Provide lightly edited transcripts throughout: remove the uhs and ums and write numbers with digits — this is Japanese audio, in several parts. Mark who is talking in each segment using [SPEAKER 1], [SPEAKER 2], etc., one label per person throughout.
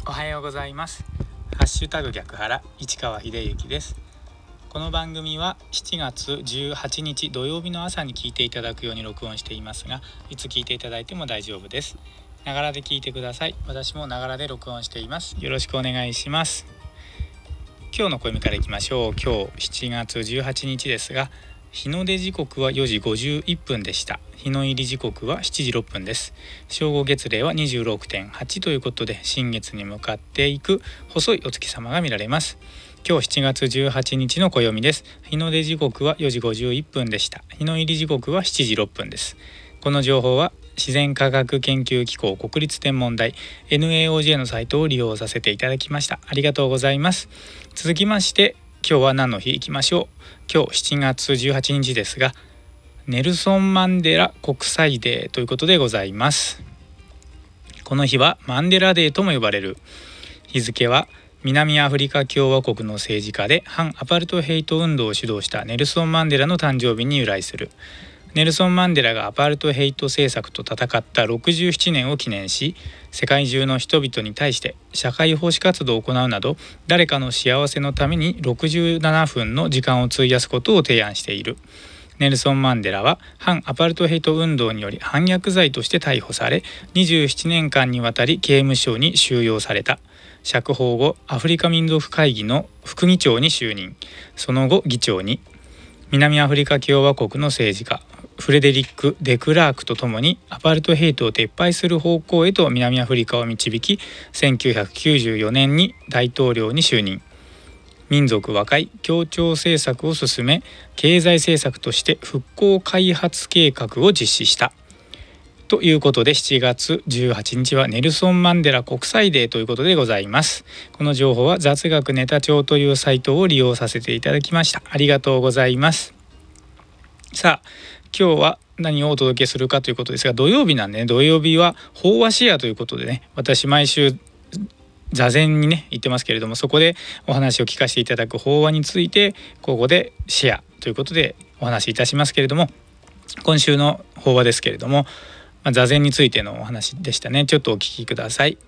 [SPEAKER 1] おはようございます。ハッシュタグ逆原市川秀幸です。この番組は7月18日土曜日の朝に聞いていただくように録音していますが、いつ聞いていただいても大丈夫です。ながらで聞いてください。私もながらで録音しています。よろしくお願いします。今日の暦からいきましょう。今日7月18日ですが、日の出時刻は4時51分でした。日の入り時刻は7時6分です。正午月齢は 26.8 ということで、新月に向かっていく細いお月様が見られます。今日7月18日の暦です。日の出時刻は4時51分でした。日の入り時刻は7時6分です。この情報は自然科学研究機構国立天文台 NAOJ のサイトを利用させていただきました。ありがとうございます。続きまして今日は何の日いきましょう。今日7月18日ですが、ネルソン・マンデラ国際デーということでございます。この日はマンデラデーとも呼ばれる。日付は南アフリカ共和国の政治家で反アパルトヘイト運動を主導したネルソン・マンデラの誕生日に由来する。ネルソン・マンデラがアパルトヘイト政策と戦った67年を記念し、世界中の人々に対して社会奉仕活動を行うなど、誰かの幸せのために67分の時間を費やすことを提案している。ネルソン・マンデラは反アパルトヘイト運動により反逆罪として逮捕され、27年間にわたり刑務所に収容された。釈放後、アフリカ民族会議の副議長に就任。その後議長に。南アフリカ共和国の政治家フレデリック・デクラークとともにアパルトヘイトを撤廃する方向へと南アフリカを導き、1994年に大統領に就任。民族和解協調政策を進め、経済政策として復興開発計画を実施した。ということで、7月18日はネルソン・マンデラ国際デーということでございます。この情報は雑学ネタ帳というサイトを利用させていただきました。ありがとうございます。さあ、今日は何をお届けするかということですが、土曜日なんでね、土曜日は法話シェアということでね、私毎週座禅にね行ってますけれども、そこでお話を聞かせていただく法話についてここでシェアということでお話しいたしますけれども、今週の法話ですけれども、座禅についてのお話でしたね。ちょっとお聞きください。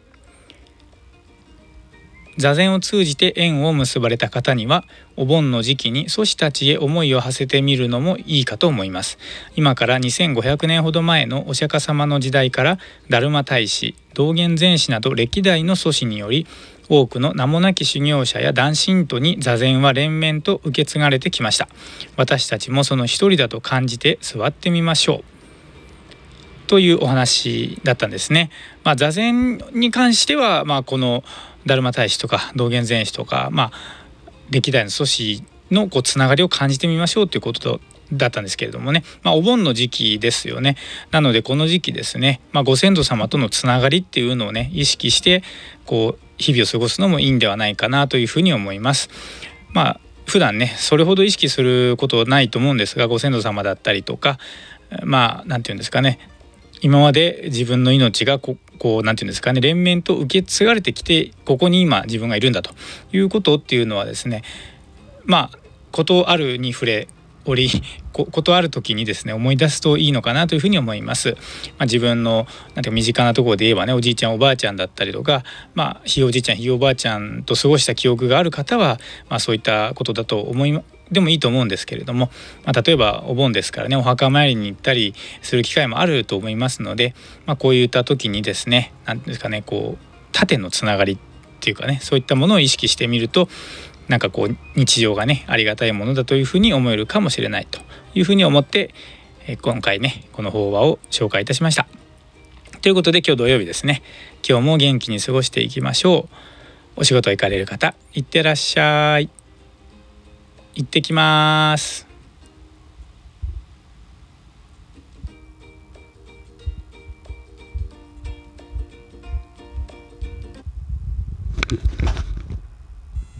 [SPEAKER 1] 座禅を通じて縁を結ばれた方には、お盆の時期に祖師たちへ思いを馳せてみるのもいいかと思います。今から2500年ほど前のお釈迦様の時代から、ダルマ大師、道元禅師など歴代の祖師により、多くの名もなき修行者や男信徒に座禅は連綿と受け継がれてきました。私たちもその一人だと感じて座ってみましょう。というお話だったんですね。座禅に関しては、このダルマ大師とか道元禅師とか、歴代の祖師のつながりを感じてみましょうということだったんですけれどもね、お盆の時期ですよね。なのでこの時期ですね、ご先祖様とのつながりっていうのをね意識して日々を過ごすのもいいんではないかなというふうに思います。普段ねそれほど意識することないと思うんですが、ご先祖様だったりとか、なんていうんですかね、今まで自分の命がなんていうんですかね、連綿と受け継がれてきて、ここに今自分がいるんだということっていうのはですね、ことあるに触れ折ことある時にですね思い出すといいのかなというふうに思います。自分のなんていうか身近なところで言えばね、おじいちゃんおばあちゃんだったりとか、ひいおじいちゃんひいおばあちゃんと過ごした記憶がある方は、そういったことだとでもいいと思うんですけれども、例えばお盆ですからね、お墓参りに行ったりする機会もあると思いますので、こういった時にですね、なんですかね、縦のつながりっていうかね、そういったものを意識してみると、日常がねありがたいものだというふうに思えるかもしれないというふうに思って、今回ねこの法話を紹介いたしました。ということで、今日土曜日ですね、今日も元気に過ごしていきましょう。お仕事行かれる方、いってらっしゃい。行ってきます。